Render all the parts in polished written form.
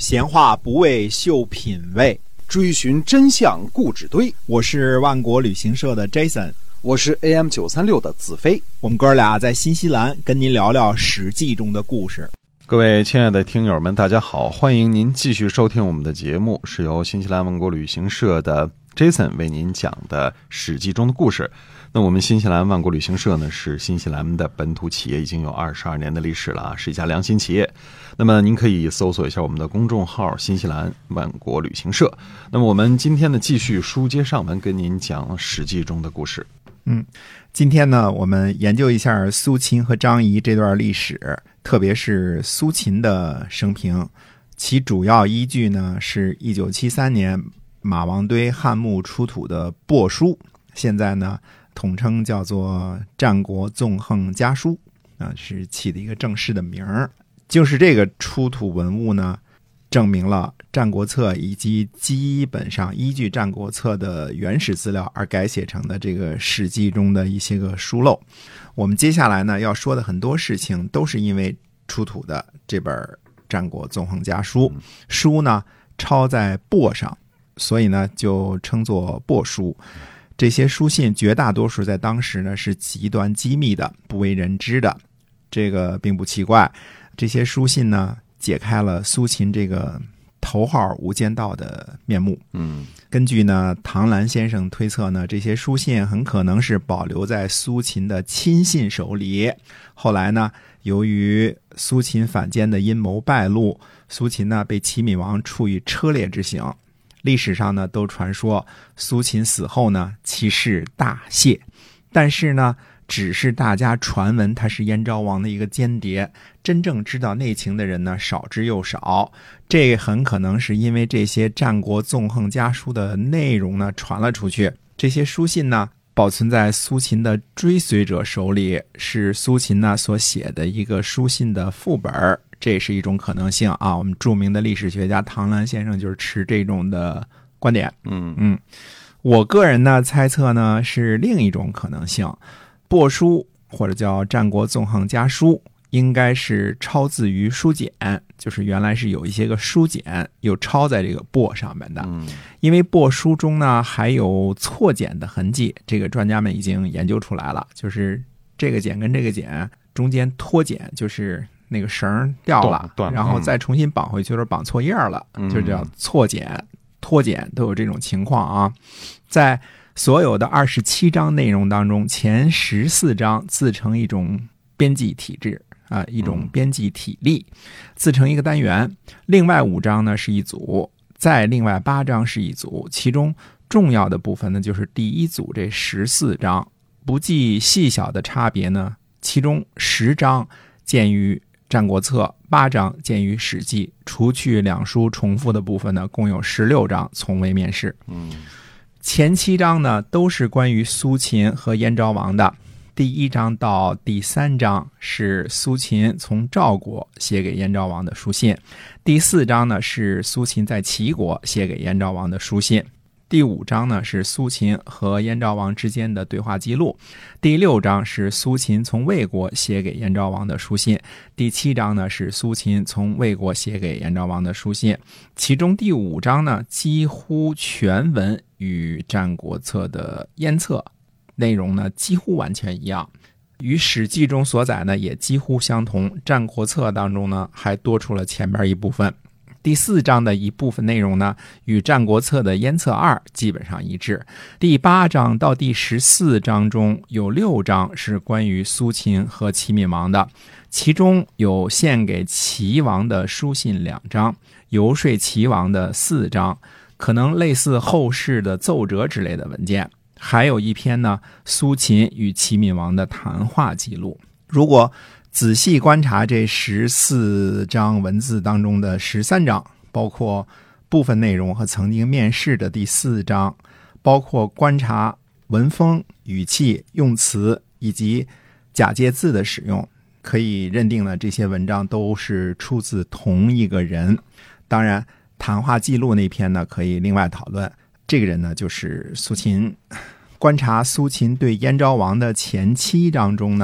闲话不为秀品味， 追寻真相故纸堆。 我是万国旅行社的 Jason， 我是 AM936 的子飞。 我们哥俩在新西兰跟您聊聊《史记》中的故事。 各位亲爱的听友们，大家好，欢迎您继续收听我们的节目，是由新西兰万国旅行社的 Jason 为您讲的《史记》中的故事。那我们新西兰万国旅行社呢，是新西兰的本土企业，已经有22年的历史了啊，是一家良心企业。那么您可以搜索一下我们的公众号新西兰万国旅行社。那么我们今天呢，继续书接上文，跟您讲《史记》中的故事。 今天呢，我们研究一下苏秦和张仪这段历史，特别是苏秦的生平。其主要依据呢是1973年马王堆汉墓出土的帛书，现在呢统称叫做《战国纵横家书》，是起的一个正式的名儿。就是这个出土文物呢，证明了《战国策》以及基本上依据《战国策》的原始资料而改写成的这个《史记》中的一些个疏漏。我们接下来呢要说的很多事情都是因为出土的这本《战国纵横家书》，书呢抄在帛上，所以呢就称作帛书。这些书信绝大多数在当时呢是极端机密的，不为人知的，这个并不奇怪。这些书信呢解开了苏秦这个头号无间道的面目。根据呢唐兰先生推测呢，这些书信很可能是保留在苏秦的亲信手里。后来呢，由于苏秦反间的阴谋败露，苏秦呢被齐闵王处以车裂之刑。历史上呢都传说苏秦死后呢其事大谢，但是呢只是大家传闻他是燕昭王的一个间谍，真正知道内情的人呢少之又少。这很可能是因为这些战国纵横家书的内容呢传了出去，这些书信呢保存在苏秦的追随者手里，是苏秦呢所写的一个书信的副本，这是一种可能性啊。我们著名的历史学家唐兰先生就是持这种的观点。我个人呢猜测呢是另一种可能性，帛书或者叫《战国纵横家书》应该是抄自于书简，就是原来是有一些个书简又抄在这个帛上面的。因为帛书中呢还有错剪的痕迹，这个专家们已经研究出来了，就是这个剪跟这个剪中间脱剪，就是那个绳掉了，然后再重新绑回去，就是绑错页了，就叫错剪脱剪，都有这种情况啊。在所有的27章内容当中，前14章自成一种编辑体制一种编辑体例，自成一个单元。另外5章呢是一组，再另外8章是一组。其中重要的部分呢就是第一组这14章，不计细小的差别呢，其中10章见于战国策，8章见于史记，除去两书重复的部分呢，共有16章从未面世。前7章呢都是关于苏秦和燕昭王的，第1章到第3章是苏秦从赵国写给燕昭王的书信，第4章呢是苏秦在齐国写给燕昭王的书信，第5章呢是苏秦和燕昭王之间的对话记录，第6章是苏秦从魏国写给燕昭王的书信，第7章呢是苏秦从魏国写给燕昭王的书信。其中第5章呢几乎全文与战国策的燕策内容呢几乎完全一样，与史记中所载呢也几乎相同，战国策当中呢还多出了前边一部分。第4章的一部分内容呢与战国策的燕策2基本上一致。第8章到第14章中有6章是关于苏秦和齐闵王的，其中有献给齐王的书信2章，游说齐王的4章，可能类似后世的奏折之类的文件，还有一篇呢苏秦与齐闵王的谈话记录。如果仔细观察这14章文字当中的13章，包括部分内容和曾经面世的第4章，包括观察文风、语气、用词以及假借字的使用，可以认定了这些文章都是出自同一个人。当然谈话记录那篇呢可以另外讨论，这个人呢就是苏秦。观察苏秦对燕昭王的前7章中呢，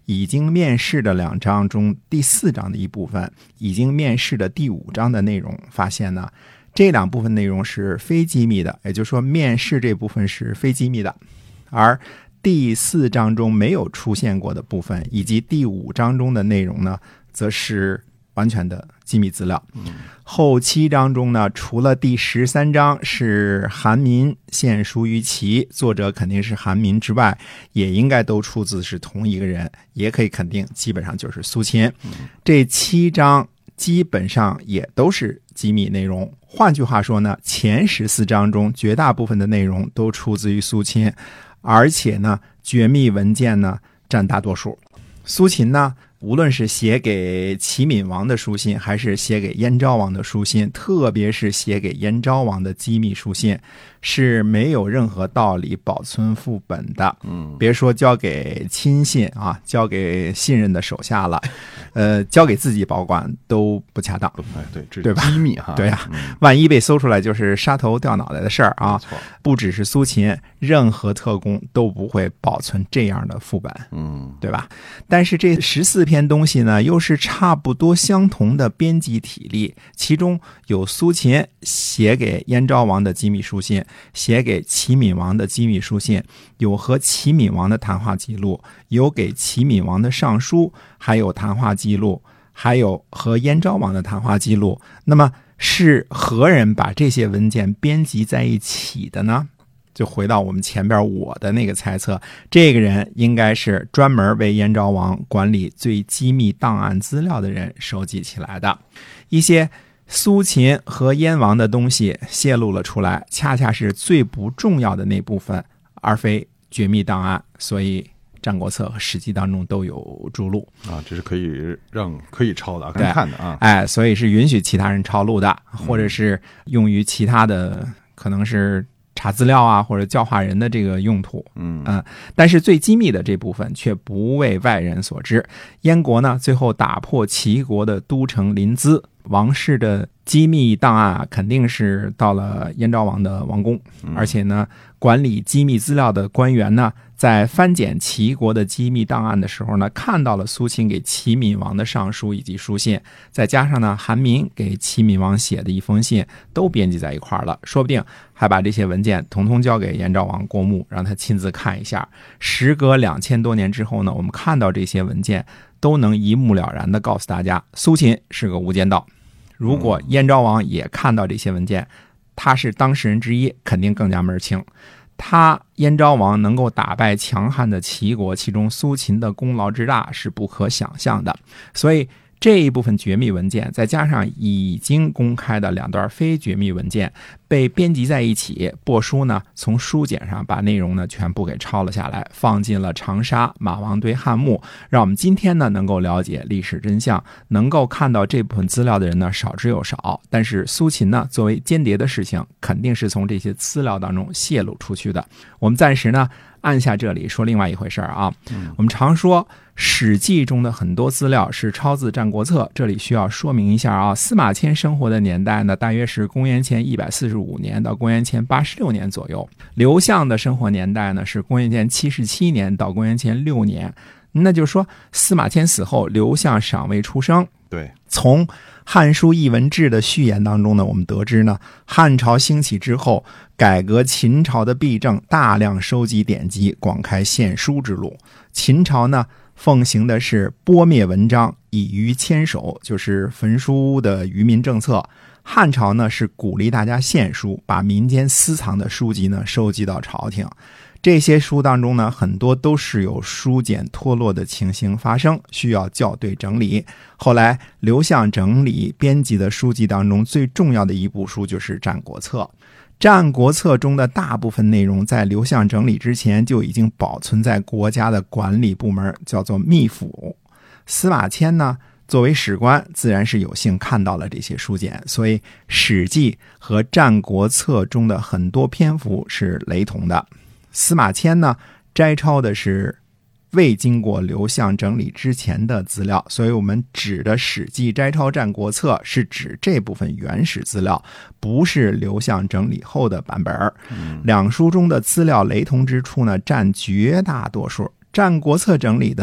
已经面世的2章中第4章的一部分，已经面世的第5章的内容，发现呢，这2部分内容是非机密的，也就是说面世这部分是非机密的，而第4章中没有出现过的部分以及第5章中的内容呢，则是完全的机密资料。后7章中呢，除了第13章是韩民献书于齐，作者肯定是韩民之外，也应该都出自是同一个人，也可以肯定基本上就是苏秦。这7章基本上也都是机密内容。换句话说呢，前14章中绝大部分的内容都出自于苏秦，而且呢，绝密文件呢占大多数。苏秦呢，无论是写给齐闵王的书信，还是写给燕昭王的书信，特别是写给燕昭王的机密书信，是没有任何道理保存副本的。别说交给亲信啊，交给信任的手下了，交给自己保管都不恰当。 对吧？机密哈， 对啊，万一被搜出来就是杀头掉脑袋的事儿啊！不只是苏秦，任何特工都不会保存这样的副本，对吧？但是这14篇东西呢，又是差不多相同的编辑体例，其中有苏秦写给燕昭王的机密书信，写给齐闵王的机密书信，有和齐闵王的谈话记录，有给齐闵王的上书，还有谈话记录，还有和燕昭王的谈话记录。那么是何人把这些文件编辑在一起的呢？就回到我们前边我的那个猜测，这个人应该是专门为燕昭王管理最机密档案资料的人收集起来的。一些苏秦和燕王的东西泄露了出来，恰恰是最不重要的那部分，而非绝密档案，所以战国策和史记当中都有注录啊，这是可以抄的，可以看的啊。 哎，所以是允许其他人抄录的，或者是用于其他的，可能是查资料啊，或者教化人的这个用途。但是最机密的这部分却不为外人所知。燕国呢，最后打破齐国的都城临淄，王室的机密档案啊，肯定是到了燕昭王的王宫，而且呢，管理机密资料的官员呢，在翻检齐国的机密档案的时候呢，看到了苏秦给齐闵王的上书以及书信，再加上呢，韩民给齐闵王写的一封信，都编辑在一块了，说不定还把这些文件统统交给燕昭王过目，让他亲自看一下。时隔2000多年之后呢，我们看到这些文件，都能一目了然地告诉大家，苏秦是个无间道。如果燕昭王也看到这些文件，他是当事人之一，肯定更加门清。他燕昭王能够打败强悍的齐国，其中苏秦的功劳之大是不可想象的。所以这一部分绝密文件，再加上已经公开的2段非绝密文件，被编辑在一起，帛书呢从书简上把内容呢全部给抄了下来，放进了长沙马王堆汉墓，让我们今天呢能够了解历史真相。能够看到这部分资料的人呢少之又少，但是苏秦呢作为间谍的事情，肯定是从这些资料当中泄露出去的。我们暂时呢按下这里说另外一回事啊。我们常说史记中的很多资料是抄自战国策，这里需要说明一下啊。司马迁生活的年代呢，大约是公元前145年到公元前86年左右。刘向的生活年代呢，是公元前77年到公元前6年。那就是说，司马迁死后，刘向尚未出生。 对， 从《汉书艺文志》的序言当中呢，我们得知呢，汉朝兴起之后，改革秦朝的弊政，大量收集典籍，广开献书之路。秦朝呢，奉行的是剥灭文章，以愚迁守，就是焚书的愚民政策。汉朝呢，是鼓励大家献书，把民间私藏的书籍呢收集到朝廷。这些书当中呢，很多都是有书简脱落的情形发生，需要校对整理。后来刘向整理编辑的书籍当中，最重要的一部书就是《战国策》。《战国策》中的大部分内容在刘向整理之前就已经保存在国家的管理部门，叫做秘府。司马迁呢，作为史官，自然是有幸看到了这些书简，所以《史记》和《战国策》中的很多篇幅是雷同的。司马迁呢，摘抄的是未经过刘向整理之前的资料，所以我们指的《史记》摘抄《战国策》是指这部分原始资料，不是刘向整理后的版本。两书中的资料雷同之处呢，占绝大多数。《战国策》整理的呢，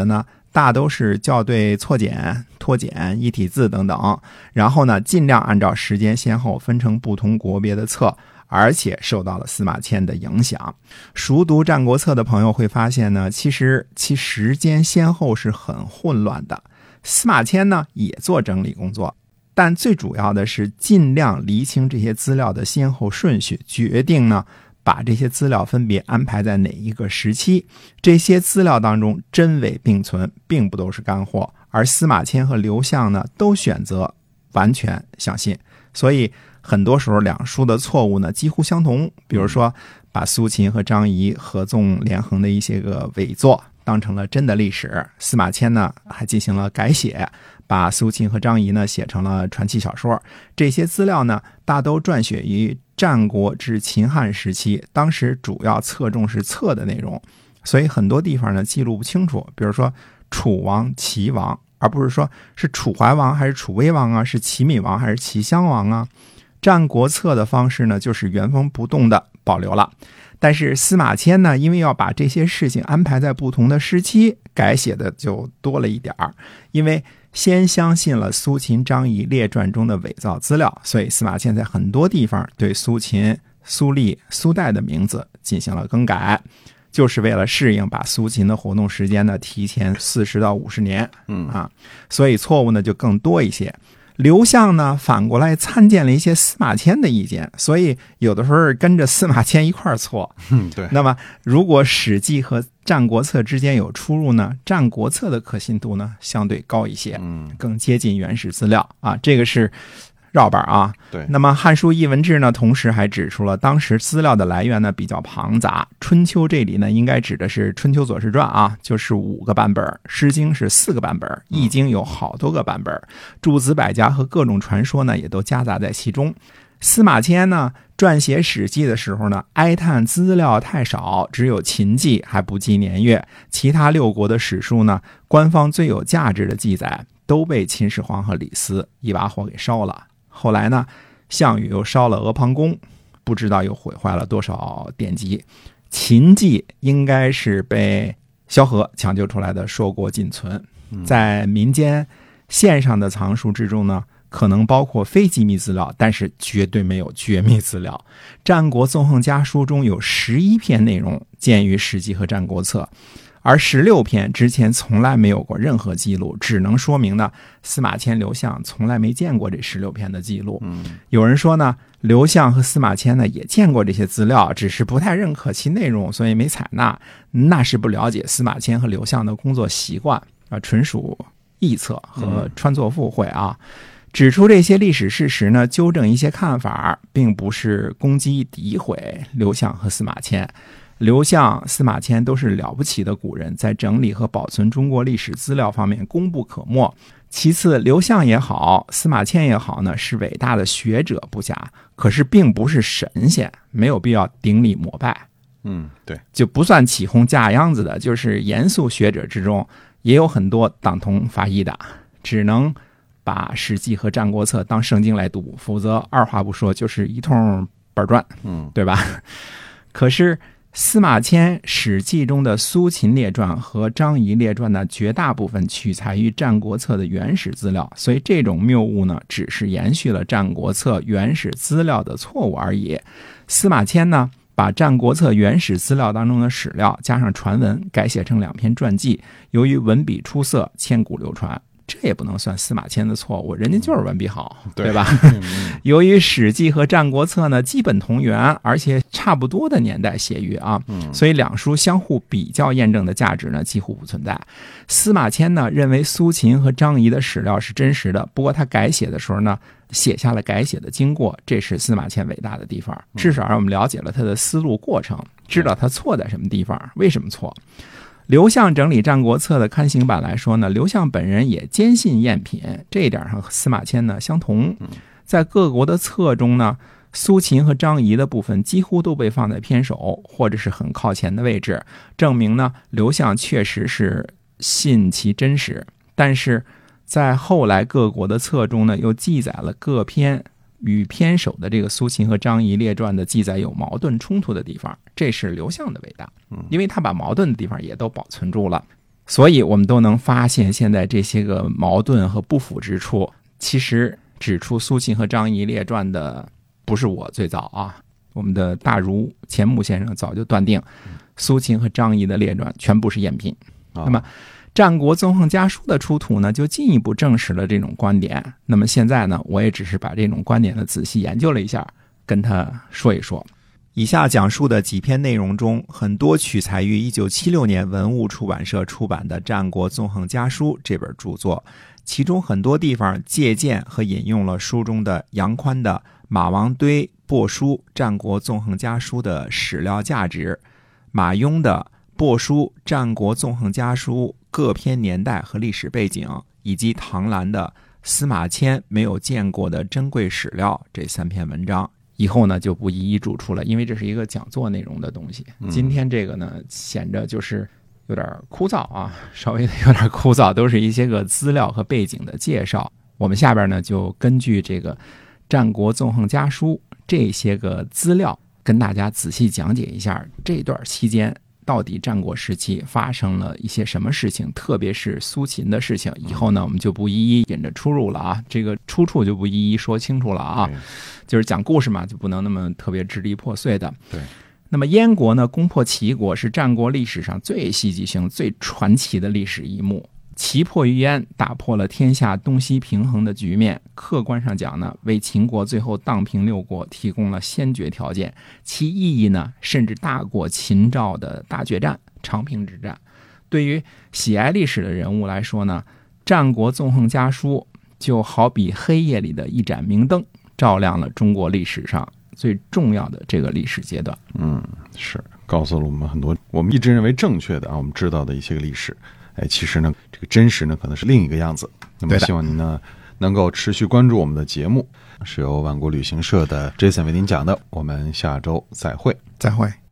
大都是校对错简、脱简、异体字等等，然后呢，尽量按照时间先后分成不同国别的册，而且受到了司马迁的影响。熟读《战国策》的朋友会发现呢，其实其时间先后是很混乱的。司马迁呢也做整理工作，但最主要的是尽量厘清这些资料的先后顺序，决定呢把这些资料分别安排在哪一个时期。这些资料当中真伪并存，并不都是干货，而司马迁和刘向呢都选择完全相信，所以很多时候两书的错误呢几乎相同。比如说把苏秦和张仪合纵连横的一些个伪作当成了真的历史，司马迁呢还进行了改写，把苏秦和张仪呢写成了传奇小说。这些资料呢大都撰写于战国至秦汉时期，当时主要侧重是策的内容，所以很多地方呢记录不清楚，比如说楚王、齐王，而不是说是楚怀王还是楚威王啊，是齐闵王还是齐襄王啊。战国策的方式呢就是原封不动的保留了，但是司马迁呢因为要把这些事情安排在不同的时期，改写的就多了一点儿。因为先相信了苏秦、张仪列传中的伪造资料，所以司马迁在很多地方对苏秦、苏厉、苏代的名字进行了更改，就是为了适应把苏秦的活动时间呢提前40到50年。所以错误呢就更多一些。刘向呢反过来参见了一些司马迁的意见，所以有的时候跟着司马迁一块儿错。 对。 那么如果史记和战国策之间有出入呢，战国策的可信度呢相对高一些，更接近原始资料啊，这个是绕板啊。 对。 那么《汉书艺文志》呢，同时还指出了当时资料的来源呢比较庞杂。春秋这里呢，应该指的是《春秋左氏传》啊，就是5个版本；《诗经》是4个版本；《易经》有好多个版本；诸子百家和各种传说呢，也都夹杂在其中。司马迁呢撰写《史记》的时候呢，哀叹资料太少，只有秦记还不记年月，其他6国的史书呢，官方最有价值的记载都被秦始皇和李斯一把火给烧了。后来呢，项羽又烧了阿房宫，不知道又毁坏了多少典籍。秦记应该是被萧何抢救出来的硕果仅存，在民间线上的藏书之中呢，可能包括非机密资料，但是绝对没有绝密资料。战国纵横家书中有11篇内容见于史记和战国策，而16篇之前从来没有过任何记录，只能说明呢，司马迁、刘向从来没见过这16篇的记录。有人说呢，刘向和司马迁呢也见过这些资料，只是不太认可其内容，所以没采纳。那是不了解司马迁和刘向的工作习惯啊，纯属臆测和穿凿附会啊。指出这些历史事实呢，纠正一些看法，并不是攻击诋毁刘向和司马迁。刘向、司马迁都是了不起的古人，在整理和保存中国历史资料方面功不可没。其次，刘向也好，司马迁也好呢，是伟大的学者不假，可是并不是神仙，没有必要顶礼膜拜。 对， 就不算起哄架秧子的，就是严肃学者之中也有很多党同伐异的，只能把《史记》和《战国策》当圣经来读，否则二话不说就是一通板砖，对吧？可是司马迁《史记》中的苏秦列传和张仪列传呢，绝大部分取材于《战国策》的原始资料，所以这种谬误呢，只是延续了《战国策》原始资料的错误而已。司马迁呢，把《战国策》原始资料当中的史料加上传闻，改写成2篇传记，由于文笔出色，千古流传。这也不能算司马迁的错误，人家就是文笔好，对吧？由于《史记》和《战国策》呢基本同源，而且差不多的年代写于啊，所以两书相互比较验证的价值呢几乎不存在。司马迁呢认为苏秦和张仪的史料是真实的，不过他改写的时候呢写下了改写的经过，这是司马迁伟大的地方，至少让我们了解了他的思路过程，知道他错在什么地方，为什么错。刘向整理《战国策》的刊行版来说呢，刘向本人也坚信赝品，这一点上和司马迁呢相同。在各国的册中呢，苏秦和张仪的部分几乎都被放在偏首或者是很靠前的位置，证明呢刘向确实是信其真实。但是在后来各国的册中呢，又记载了各篇与偏首的这个苏秦和张仪列传的记载有矛盾冲突的地方，这是刘向的伟大，因为他把矛盾的地方也都保存住了。 所以我们都能发现现在这些个矛盾和不符之处。其实指出苏秦和张仪列传的不是我最早啊，我们的大儒钱穆先生早就断定苏秦和张仪的列传全部是赝品。那么战国纵横家书的出土呢，就进一步证实了这种观点。那么现在呢，我也只是把这种观点的仔细研究了一下，跟他说一说。以下讲述的几篇内容中，很多取材于1976年文物出版社出版的《战国纵横家书》这本著作，其中很多地方借鉴和引用了书中的杨宽的《马王堆帛书战国纵横家书》的史料价值，马庸的帛书战国纵横家书各篇年代和历史背景，以及唐兰的司马迁没有见过的珍贵史料这3篇文章。以后呢就不一一嘱出了，因为这是一个讲座内容的东西。今天这个呢显着就是有点枯燥啊，稍微有点枯燥，都是一些个资料和背景的介绍。我们下边呢就根据这个战国纵横家书这些个资料，跟大家仔细讲解一下这段期间到底战国时期发生了一些什么事情，特别是苏秦的事情。以后呢我们就不一一引着出入了啊，这个出处就不一一说清楚了啊。就是讲故事嘛，就不能那么特别支离破碎的。 对。 那么燕国呢攻破齐国，是战国历史上最戏剧性最传奇的历史一幕。齐破于燕，打破了天下东西平衡的局面，客观上讲呢，为秦国最后荡平六国提供了先决条件，其意义呢甚至大过秦赵的大决战长平之战。对于喜爱历史的人物来说呢，战国纵横家书就好比黑夜里的一盏明灯，照亮了中国历史上最重要的这个历史阶段。 是告诉了我们很多我们一直认为正确的我们知道的一些个历史。其实呢，这个真实呢可能是另一个样子。那么希望您呢能够持续关注我们的节目，是由万国旅行社的 Jason 为您讲的。我们下周再会。 再会。